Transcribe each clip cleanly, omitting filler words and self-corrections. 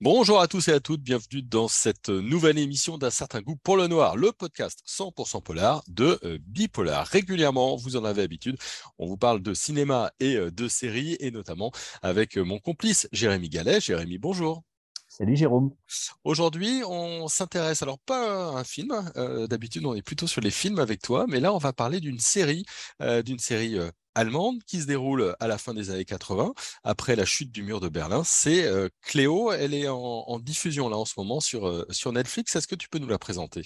Bonjour à tous et à toutes, bienvenue dans cette nouvelle émission d'Un certain goût pour le noir, le podcast 100% polar de Bipolar. Régulièrement, vous en avez habitude, on vous parle de cinéma et de séries, et notamment avec mon complice Jérémy Gallet. Jérémy, bonjour. Salut Jérôme. Aujourd'hui, on s'intéresse alors pas à un film, d'habitude on est plutôt sur les films avec toi, mais là on va parler d'une série allemande qui se déroule à la fin des années 80, après la chute du mur de Berlin. C'est Cléo, elle est en diffusion là en ce moment sur Netflix. Est-ce que tu peux nous la présenter?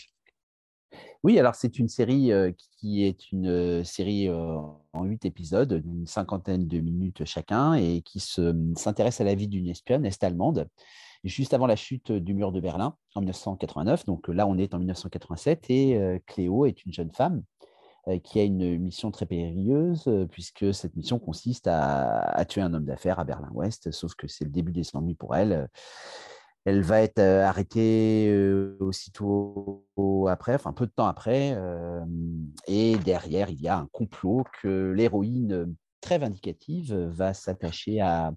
Oui, alors c'est une série qui est une série en 8 épisodes d'une cinquantaine de minutes chacun et qui s'intéresse à la vie d'une espionne est-allemande juste avant la chute du mur de Berlin en 1989. Donc là, on est en 1987 et Cléo est une jeune femme qui a une mission très périlleuse puisque cette mission consiste à tuer un homme d'affaires à Berlin-Ouest, sauf que c'est le début des ennuis pour elle. Elle va être arrêtée aussitôt après, enfin peu de temps après. Et derrière, il y a un complot que l'héroïne très vindicative va s'attacher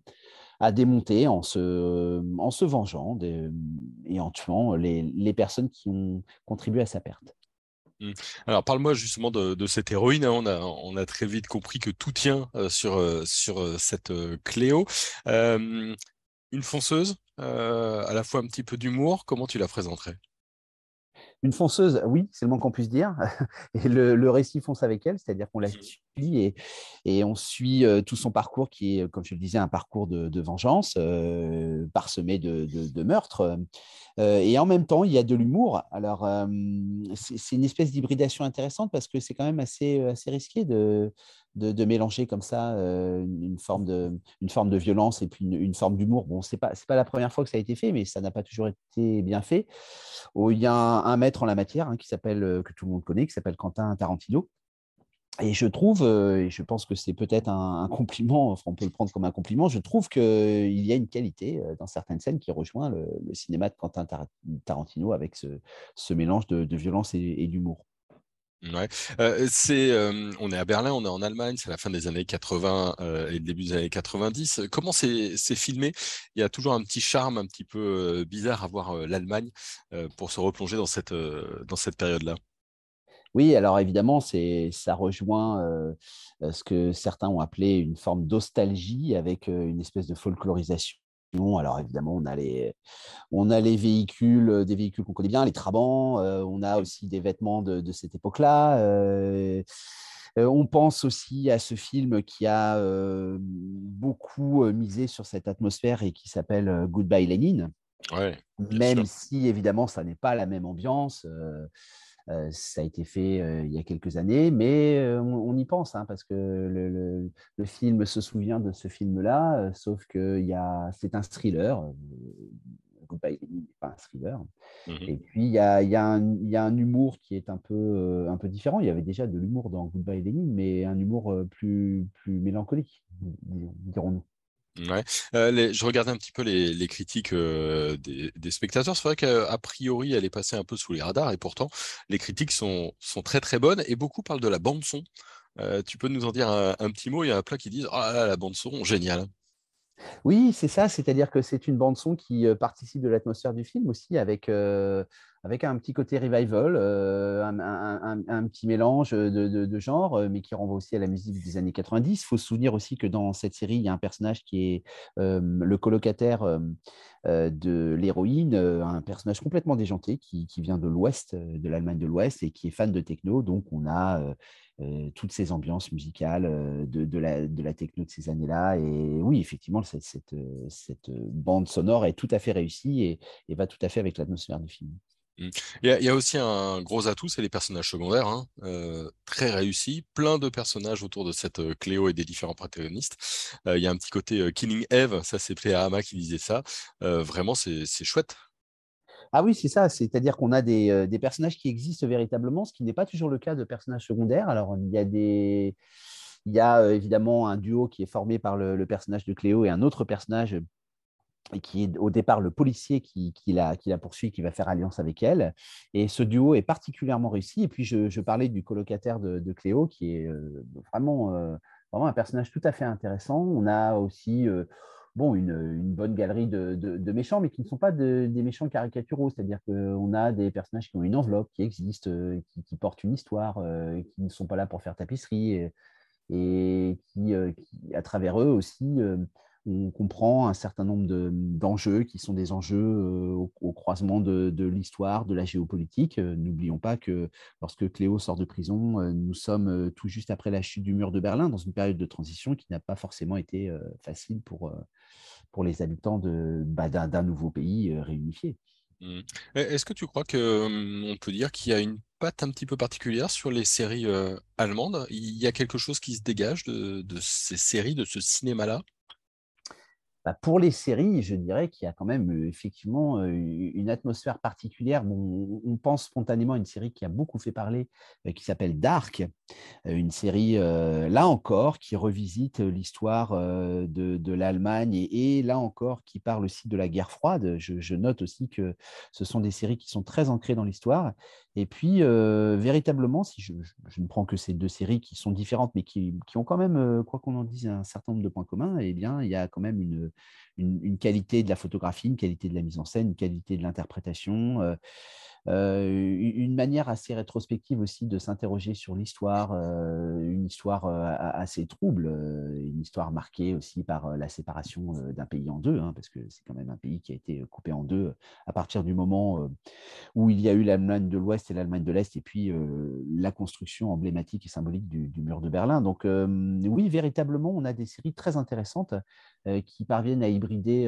à démonter en se vengeant et en tuant les personnes qui ont contribué à sa perte. Hmm. Alors parle-moi justement de cette héroïne, hein. On a très vite compris que tout tient sur cette Cléo. Euh, une fonceuse, à la fois un petit peu d'humour, comment tu la présenterais? Une fonceuse, oui, c'est le moins qu'on puisse dire. Et le récit fonce avec elle, c'est-à-dire qu'on la suit et on suit tout son parcours qui est, comme je le disais, un parcours de vengeance parsemé de meurtres. Et en même temps, il y a de l'humour. Alors, c'est une espèce d'hybridation intéressante parce que c'est quand même assez risqué de mélanger comme ça une forme de violence et puis une forme d'humour. Bon, c'est pas la première fois que ça a été fait, mais ça n'a pas toujours été bien fait. Oh, il y a un maître en la matière qui s'appelle, que tout le monde connaît, qui s'appelle Quentin Tarantino. Et je trouve, et je pense que c'est peut-être un compliment, enfin, on peut le prendre comme un compliment, je trouve qu'il y a une qualité dans certaines scènes qui rejoint le cinéma de Quentin Tarantino avec ce mélange de violence et d'humour. Ouais. On est à Berlin, on est en Allemagne, c'est la fin des années 80 et le début des années 90. Comment c'est filmé? Il y a toujours un petit charme un petit peu bizarre à voir l'Allemagne pour se replonger dans cette période-là. Oui, alors évidemment, ça rejoint ce que certains ont appelé une forme d'ostalgie avec une espèce de folklorisation. Alors évidemment, on a les véhicules, des véhicules qu'on connaît bien, les Trabants. On a aussi des vêtements de cette époque-là. On pense aussi à ce film qui a beaucoup misé sur cette atmosphère et qui s'appelle Goodbye Lénine, Ouais, bien sûr. même si évidemment ça n'est pas la même ambiance. Ça a été fait il y a quelques années, mais on y pense, hein, parce que le film se souvient de ce film-là, sauf que c'est un thriller. Goodbye Lenin n'est pas un thriller. Mhm. Et puis, il y a un humour qui est un peu différent. Il y avait déjà de l'humour dans Goodbye Lenin, mais un humour plus mélancolique, dirons-nous. Ouais. Je regardais un petit peu les critiques des spectateurs. C'est vrai qu'a priori, elle est passée un peu sous les radars, et pourtant, les critiques sont très très bonnes, et beaucoup parlent de la bande son. Tu peux nous en dire un petit mot? Il y en a plein qui disent, ah là, la bande son, génial. Oui, c'est ça, c'est-à-dire que c'est une bande-son qui participe de l'atmosphère du film aussi, avec un petit côté revival, un petit mélange de genres, mais qui renvoie aussi à la musique des années 90. Il faut se souvenir aussi que dans cette série, il y a un personnage qui est le colocataire de l'héroïne, un personnage complètement déjanté qui vient de l'Ouest, de l'Allemagne de l'Ouest, et qui est fan de techno. Donc, on a toutes ces ambiances musicales de la techno de ces années-là. Et oui, effectivement, cette bande sonore est tout à fait réussie et va tout à fait avec l'atmosphère du film. Mm. Il y a aussi un gros atout, c'est les personnages secondaires, hein, très réussis, plein de personnages autour de cette Cléo et des différents protagonistes. Il y a un petit côté Killing Eve, ça c'est Pléa qui disait ça. Vraiment, c'est chouette. Ah oui, c'est ça, c'est-à-dire qu'on a des personnages qui existent véritablement, ce qui n'est pas toujours le cas de personnages secondaires. Alors, il y a évidemment un duo qui est formé par le personnage de Cléo et un autre personnage et qui est au départ le policier qui la poursuit, qui va faire alliance avec elle. Et ce duo est particulièrement réussi. Et puis, je parlais du colocataire de Cléo, qui est vraiment un personnage tout à fait intéressant. On a aussi bon, une bonne galerie de méchants, mais qui ne sont pas des méchants caricaturaux. C'est-à-dire qu'on a des personnages qui ont une enveloppe, qui existent, qui portent une histoire, qui ne sont pas là pour faire tapisserie, et qui, à travers eux aussi, on comprend un certain nombre d'enjeux qui sont des enjeux au croisement de l'histoire, de la géopolitique. N'oublions pas que lorsque Cléo sort de prison, nous sommes tout juste après la chute du mur de Berlin, dans une période de transition qui n'a pas forcément été facile pour les habitants d'un nouveau pays réunifié. Mm. Est-ce que tu crois que on peut dire qu'il y a une patte un petit peu particulière sur les séries allemandes? Il y a quelque chose qui se dégage de ces séries, de ce cinéma-là? Bah, pour les séries, je dirais qu'il y a quand même effectivement une atmosphère particulière. Bon, on pense spontanément à une série qui a beaucoup fait parler, qui s'appelle Dark, une série, là encore, qui revisite l'histoire de l'Allemagne et là encore, qui parle aussi de la guerre froide. Je note aussi que ce sont des séries qui sont très ancrées dans l'histoire. Et puis, véritablement, si je ne prends que ces deux séries qui sont différentes, mais qui ont quand même, quoi qu'on en dise, un certain nombre de points communs, eh bien, il y a quand même une qualité de la photographie, une qualité de la mise en scène, une qualité de l'interprétation, une manière assez rétrospective aussi de s'interroger sur l'histoire, une histoire assez trouble, une histoire marquée aussi par la séparation d'un pays en deux, hein, parce que c'est quand même un pays qui a été coupé en deux à partir du moment où il y a eu l'Allemagne de l'Ouest et l'Allemagne de l'Est, et puis la construction emblématique et symbolique du mur de Berlin. Donc oui, véritablement, on a des séries très intéressantes qui parviennent à hybrider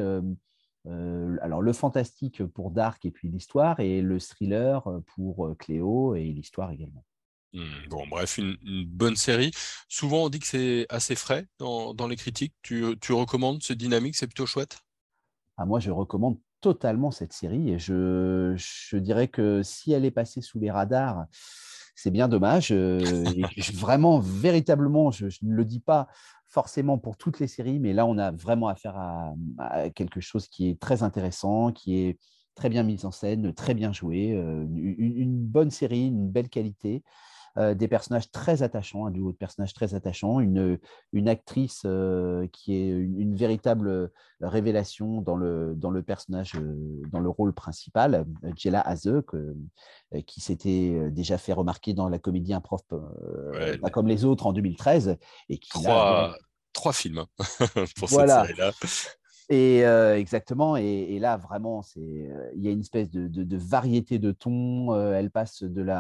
alors le fantastique pour Dark et puis l'histoire, et le thriller pour Cléo et l'histoire également. Bon, bref, une bonne série. Souvent, on dit que c'est assez frais dans les critiques. Tu recommandes, c'est dynamique, c'est plutôt chouette? Ah, moi, je recommande totalement cette série, et je dirais que si elle est passée sous les radars, c'est bien dommage. Vraiment, véritablement, je ne le dis pas forcément pour toutes les séries, mais là, on a vraiment affaire à quelque chose qui est très intéressant, qui est très bien mis en scène, très bien joué, une bonne série, une belle qualité, des personnages très attachants, un duo de personnages très attachants, une actrice qui est une véritable révélation dans le personnage, dans le rôle principal, Jella Haze, qui s'était déjà fait remarquer dans la comédie Un prof Ouais, pas comme les autres en 2013, et qui là, trois films hein, pour cette voilà, série-là. et exactement, et là vraiment, il y a une espèce de variété de tons. Elle passe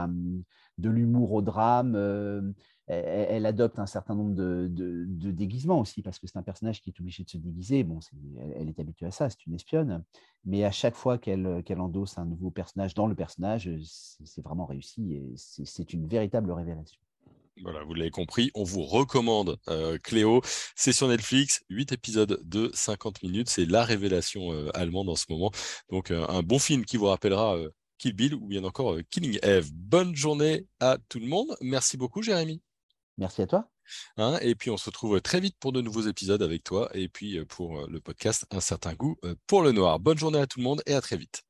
de l'humour au drame. Elle adopte un certain nombre de déguisements aussi, parce que c'est un personnage qui est obligé de se déguiser. Bon, elle est habituée à ça, c'est une espionne, mais à chaque fois qu'elle endosse un nouveau personnage dans le personnage, c'est vraiment réussi, et c'est une véritable révélation. Voilà, vous l'avez compris, on vous recommande Cléo. C'est sur Netflix, 8 épisodes de 50 minutes. C'est la révélation allemande en ce moment. Donc, un bon film qui vous rappellera Kill Bill ou bien encore Killing Eve. Bonne journée à tout le monde. Merci beaucoup, Jérémy. Merci à toi. Hein, et puis, on se retrouve très vite pour de nouveaux épisodes avec toi. Et puis, pour le podcast Un certain goût pour le noir. Bonne journée à tout le monde et à très vite.